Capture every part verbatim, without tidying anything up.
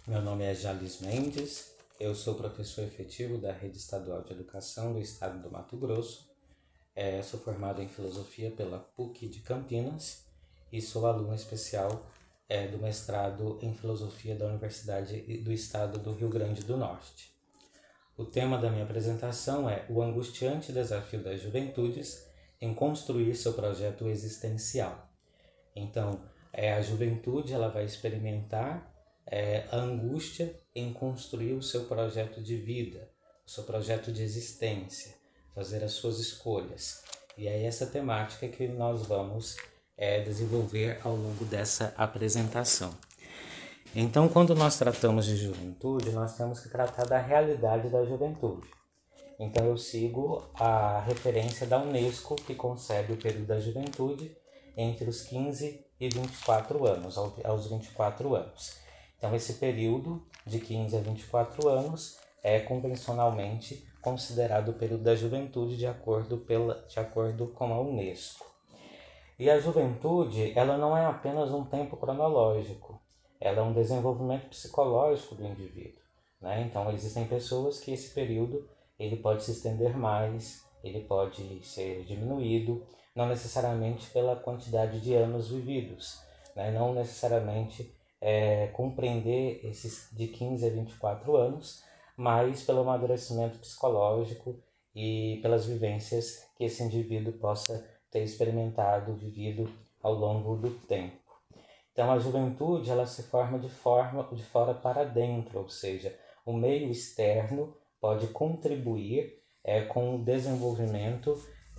Meu nome é Jalis Mendes, eu sou professor efetivo da Rede Estadual de Educação do Estado do Mato Grosso, é, sou formado em Filosofia pela P U C de Campinas e sou aluno especial é, do mestrado em Filosofia da Universidade do Estado do Rio Grande do Norte. O tema da minha apresentação é o angustiante desafio das juventudes em construir seu projeto existencial. Então, é, a juventude ela vai experimentar é, a angústia em construir o seu projeto de vida, o seu projeto de existência, fazer as suas escolhas. E é essa temática que nós vamos é, desenvolver ao longo dessa apresentação. Então, quando nós tratamos de juventude, nós temos que tratar da realidade da juventude. Então, eu sigo a referência da Unesco, que concebe o período da juventude entre os quinze e vinte e quatro anos, aos vinte e quatro anos. Então, esse período de quinze a vinte e quatro anos é convencionalmente considerado o período da juventude de acordo, pela, de acordo com a Unesco. E a juventude, ela não é apenas um tempo cronológico, ela é um desenvolvimento psicológico do indivíduo, né? Então, existem pessoas que esse período ele pode se estender mais, ele pode ser diminuído, não necessariamente pela quantidade de anos vividos, né? Não necessariamente é, compreender esses de quinze a vinte e quatro anos, mas pelo amadurecimento psicológico e pelas vivências que esse indivíduo possa ter experimentado, vivido ao longo do tempo. Então, a juventude ela se forma de, forma de fora para dentro, ou seja, o meio externo pode contribuir é, com o desenvolvimento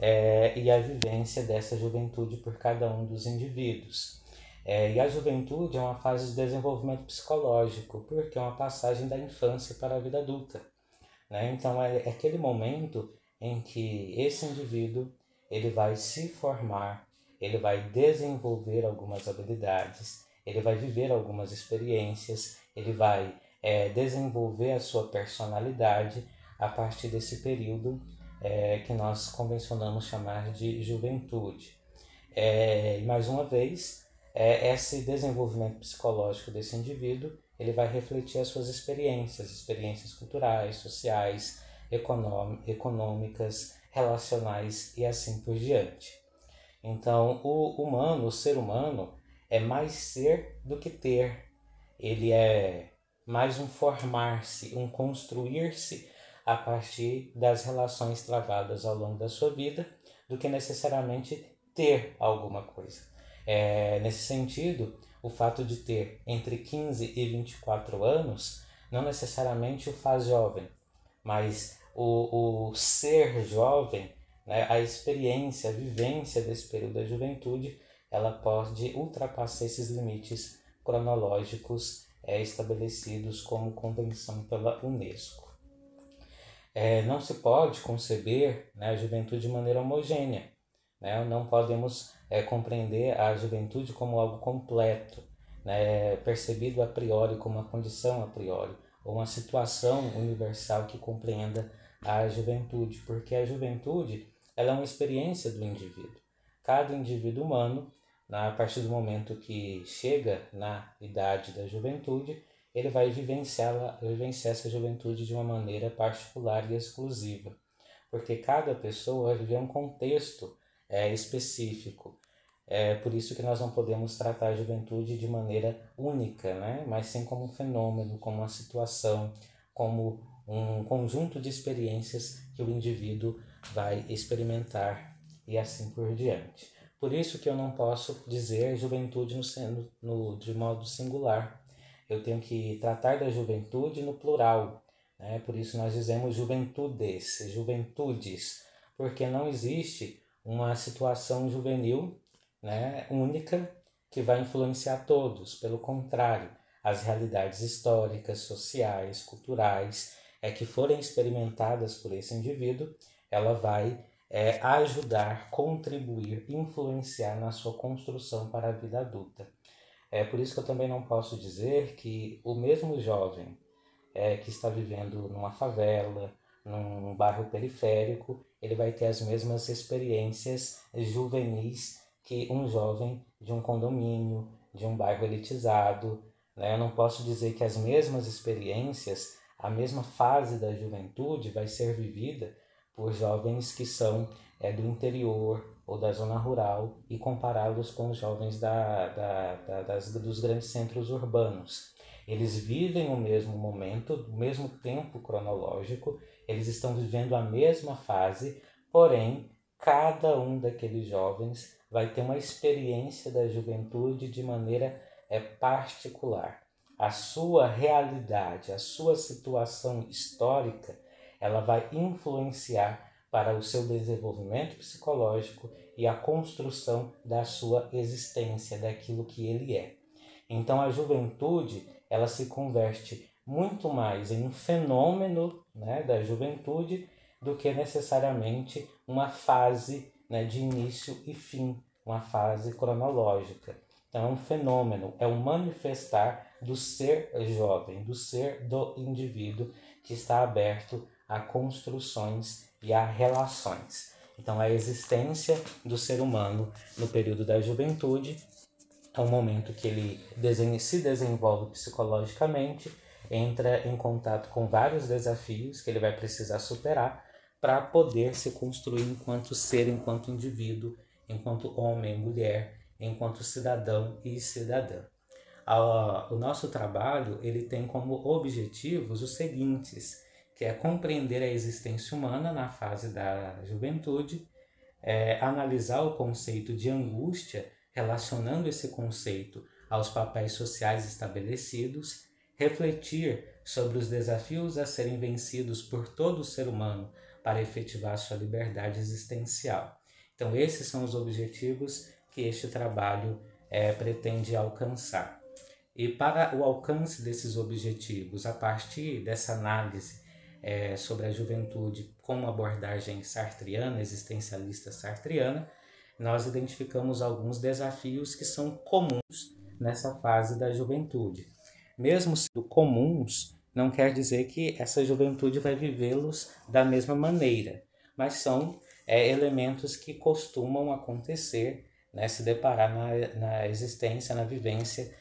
é, e a vivência dessa juventude por cada um dos indivíduos. É, e a juventude é uma fase de desenvolvimento psicológico, porque é uma passagem da infância para a vida adulta, né? Então, é, é aquele momento em que esse indivíduo ele vai se formar, ele vai desenvolver algumas habilidades, ele vai viver algumas experiências, ele vai é, desenvolver a sua personalidade a partir desse período é, que nós convencionamos chamar de juventude. É, e mais uma vez, é, esse desenvolvimento psicológico desse indivíduo ele vai refletir as suas experiências, experiências culturais, sociais, econômicas, relacionais e assim por diante. Então, o humano, o ser humano, é mais ser do que ter. Ele é mais um formar-se, um construir-se a partir das relações travadas ao longo da sua vida, do que necessariamente ter alguma coisa. É, nesse sentido, o fato de ter entre quinze e vinte e quatro anos não necessariamente o faz jovem, mas o, o ser jovem, né, a experiência, a vivência desse período da juventude, ela pode ultrapassar esses limites cronológicos é, estabelecidos como convenção pela Unesco. É, não se pode conceber, né, a juventude de maneira homogênea, né? Não podemos é, compreender a juventude como algo completo, né, percebido a priori como uma condição a priori, ou uma situação universal que compreenda a juventude, porque a juventude ela é uma experiência do indivíduo. Cada indivíduo humano, a partir do momento que chega na idade da juventude, ele vai vivenciar, vivenciar essa juventude de uma maneira particular e exclusiva, porque cada pessoa vai viver um contexto é, específico. É por isso que nós não podemos tratar a juventude de maneira única, né? Mas sim como um fenômeno, como uma situação, como um conjunto de experiências que o indivíduo vai experimentar e assim por diante. Por isso que eu não posso dizer juventude no, no, no, de modo singular. Eu tenho que tratar da juventude no plural, né? Por isso nós dizemos juventudes, juventudes, porque não existe uma situação juvenil, né, única que vai influenciar todos. Pelo contrário, as realidades históricas, sociais, culturais é, que forem experimentadas por esse indivíduo, ela vai é, ajudar, contribuir, influenciar na sua construção para a vida adulta. É por isso que eu também não posso dizer que o mesmo jovem é, que está vivendo numa favela, num bairro periférico, ele vai ter as mesmas experiências juvenis que um jovem de um condomínio, de um bairro elitizado, né? Eu não posso dizer que as mesmas experiências, a mesma fase da juventude vai ser vivida por jovens que são é, do interior ou da zona rural e compará-los com os jovens da, da, da, das, dos grandes centros urbanos. Eles vivem o mesmo momento, o mesmo tempo cronológico, eles estão vivendo a mesma fase, porém, cada um daqueles jovens vai ter uma experiência da juventude de maneira é, particular. A sua realidade, a sua situação histórica, ela vai influenciar para o seu desenvolvimento psicológico e a construção da sua existência, daquilo que ele é. Então a juventude, ela se converte muito mais em um fenômeno, né, da juventude do que necessariamente uma fase, né, de início e fim, uma fase cronológica. Então é um fenômeno, é um manifestar do ser jovem, do ser do indivíduo que está aberto a construções e a relações. Então a existência do ser humano no período da juventude é um momento que ele se desenvolve psicologicamente, entra em contato com vários desafios que ele vai precisar superar para poder se construir enquanto ser, enquanto indivíduo, enquanto homem, mulher, enquanto cidadão e cidadã. O nosso trabalho ele tem como objetivos os seguintes, que é compreender a existência humana na fase da juventude, é, analisar o conceito de angústia, relacionando esse conceito aos papéis sociais estabelecidos, refletir sobre os desafios a serem vencidos por todo ser humano para efetivar sua liberdade existencial. Então esses são os objetivos que este trabalho é, pretende alcançar. E para o alcance desses objetivos, a partir dessa análise é, sobre a juventude com uma abordagem sartriana, existencialista sartriana, nós identificamos alguns desafios que são comuns nessa fase da juventude. Mesmo sendo comuns, não quer dizer que essa juventude vai vivê-los da mesma maneira, mas são é, elementos que costumam acontecer, né, se deparar na, na existência, na vivência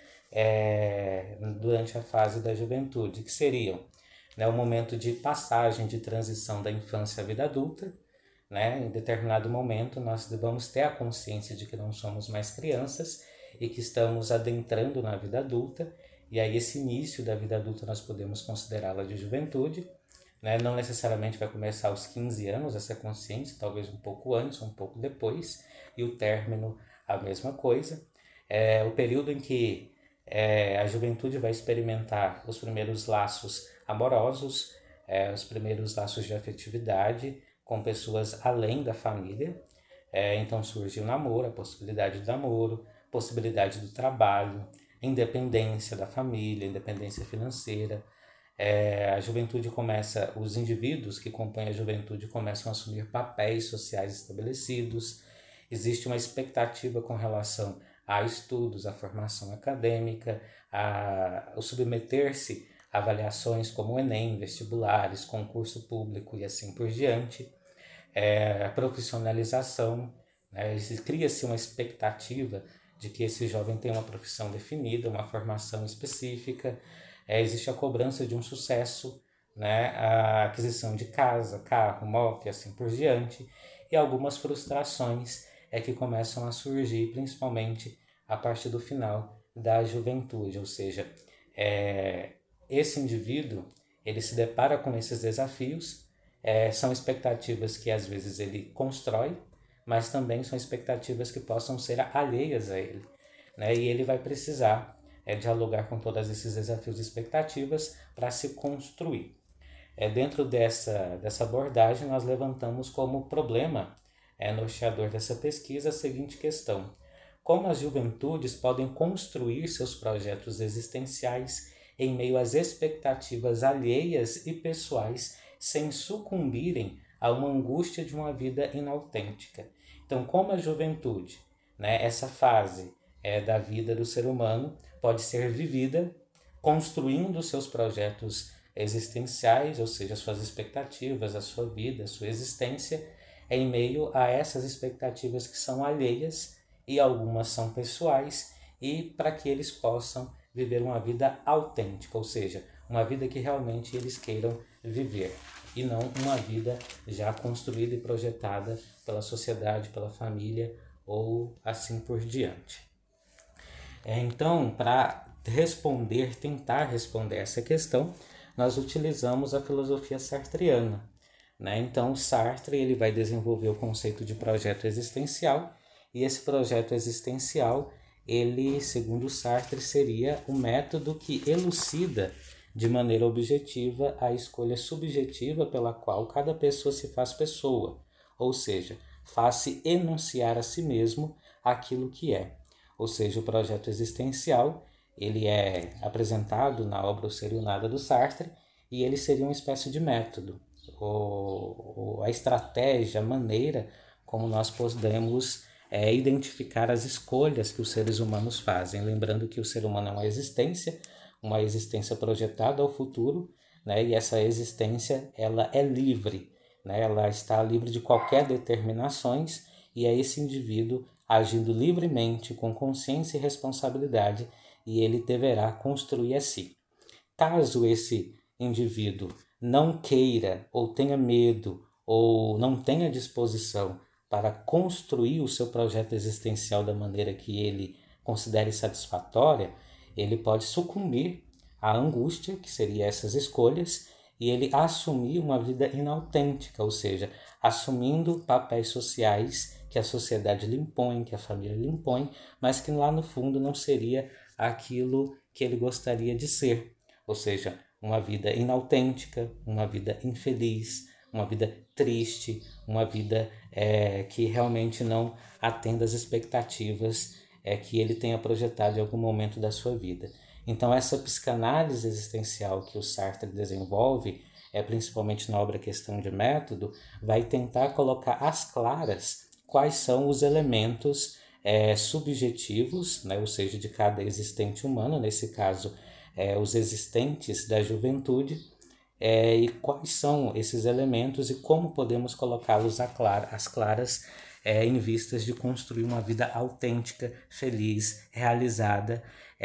é, durante a fase da juventude, que seriam, né, o momento de passagem, de transição da infância à vida adulta. Né? Em determinado momento nós vamos ter a consciência de que não somos mais crianças e que estamos adentrando na vida adulta, e aí esse início da vida adulta nós podemos considerá-la de juventude, né? Não necessariamente vai começar aos quinze anos essa consciência, talvez um pouco antes, um pouco depois, e o término a mesma coisa. É o período em que é, a juventude vai experimentar os primeiros laços amorosos, é, os primeiros laços de afetividade, com pessoas além da família, é, então surge o namoro, a possibilidade do namoro, possibilidade do trabalho, independência da família, independência financeira. É, a juventude começa, os indivíduos que compõem a juventude começam a assumir papéis sociais estabelecidos, existe uma expectativa com relação a estudos, a formação acadêmica, a, a submeter-se a avaliações como o Enem, vestibulares, concurso público e assim por diante. É, a profissionalização, né? Cria-se uma expectativa de que esse jovem tenha uma profissão definida, uma formação específica, é, existe a cobrança de um sucesso, né? A aquisição de casa, carro, moto e assim por diante, e algumas frustrações é que começam a surgir, principalmente a partir do final da juventude, ou seja, é, esse indivíduo ele se depara com esses desafios. É, são expectativas que às vezes ele constrói, mas também são expectativas que possam ser alheias a ele, né? E ele vai precisar é, dialogar com todos esses desafios e expectativas para se construir. É, dentro dessa, dessa abordagem, nós levantamos como problema é, norteador dessa pesquisa a seguinte questão: como as juventudes podem construir seus projetos existenciais em meio às expectativas alheias e pessoais, sem sucumbirem a uma angústia de uma vida inautêntica. Então, como a juventude, né, essa fase é, da vida do ser humano, pode ser vivida construindo seus projetos existenciais, ou seja, suas expectativas, a sua vida, a sua existência, em meio a essas expectativas que são alheias e algumas são pessoais, e para que eles possam viver uma vida autêntica, ou seja, uma vida que realmente eles queiram viver, e não uma vida já construída e projetada pela sociedade, pela família ou assim por diante. É, então, para responder, tentar responder essa questão, nós utilizamos a filosofia sartreana. Né? Então, Sartre ele vai desenvolver o conceito de projeto existencial, e esse projeto existencial, ele, segundo Sartre, seria o método que elucida de maneira objetiva a escolha subjetiva pela qual cada pessoa se faz pessoa, ou seja, faz-se enunciar a si mesmo aquilo que é. Ou seja, o projeto existencial, ele é apresentado na obra O Ser e o Nada do Sartre, e ele seria uma espécie de método, ou, a estratégia, a maneira como nós podemos é, identificar as escolhas que os seres humanos fazem. Lembrando que o ser humano é uma existência, uma existência projetada ao futuro, né? E essa existência ela é livre, né? Ela está livre de qualquer determinações, e é esse indivíduo agindo livremente, com consciência e responsabilidade, e ele deverá construir a si. Caso esse indivíduo não queira, ou tenha medo, ou não tenha disposição para construir o seu projeto existencial da maneira que ele considere satisfatória, ele pode sucumbir à angústia, que seria essas escolhas, e ele assumir uma vida inautêntica, ou seja, assumindo papéis sociais que a sociedade lhe impõe, que a família lhe impõe, mas que lá no fundo não seria aquilo que ele gostaria de ser, ou seja, uma vida inautêntica, uma vida infeliz, uma vida triste, uma vida é, que realmente não atenda às expectativas é, que ele tenha projetado em algum momento da sua vida. Então, essa psicanálise existencial que o Sartre desenvolve, é, principalmente na obra Questão de Método, vai tentar colocar às claras quais são os elementos é, subjetivos, né, ou seja, de cada existente humano, nesse caso, é, os existentes da juventude, é, e quais são esses elementos e como podemos colocá-los às claras é, em vistas de construir uma vida autêntica, feliz, realizada,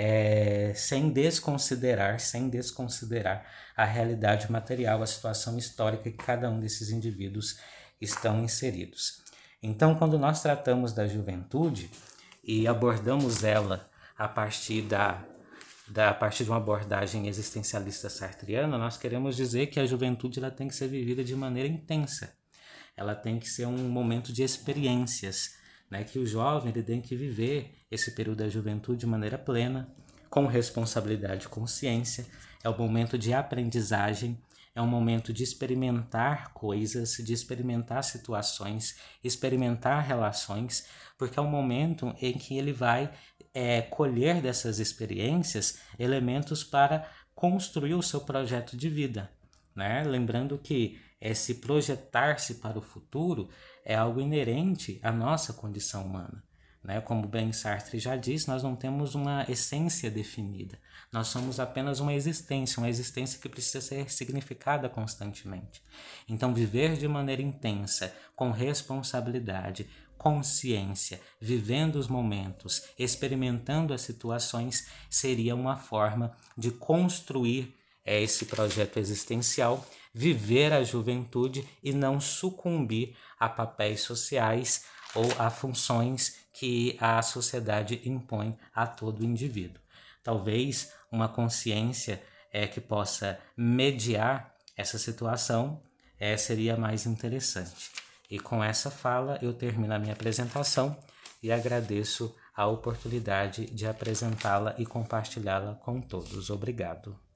é, sem desconsiderar, sem desconsiderar a realidade material, a situação histórica que cada um desses indivíduos estão inseridos. Então, quando nós tratamos da juventude e abordamos ela a partir da Da, a partir de uma abordagem existencialista sartreana, nós queremos dizer que a juventude ela tem que ser vivida de maneira intensa. Ela tem que ser um momento de experiências, né? Que o jovem ele tem que viver esse período da juventude de maneira plena, com responsabilidade e consciência. É o momento de aprendizagem, é um momento de experimentar coisas, de experimentar situações, experimentar relações, porque é um momento em que ele vai é, colher dessas experiências elementos para construir o seu projeto de vida, né? Lembrando que esse projetar-se para o futuro é algo inerente à nossa condição humana. Né? Como bem Sartre já disse, nós não temos uma essência definida. Nós somos apenas uma existência, uma existência que precisa ser significada constantemente. Então, viver de maneira intensa, com responsabilidade, consciência, vivendo os momentos, experimentando as situações, seria uma forma de construir é, esse projeto existencial, viver a juventude e não sucumbir a papéis sociais ou a funções que a sociedade impõe a todo indivíduo. Talvez uma consciência é, que possa mediar essa situação é, seria mais interessante. E com essa fala eu termino a minha apresentação e agradeço a oportunidade de apresentá-la e compartilhá-la com todos. Obrigado.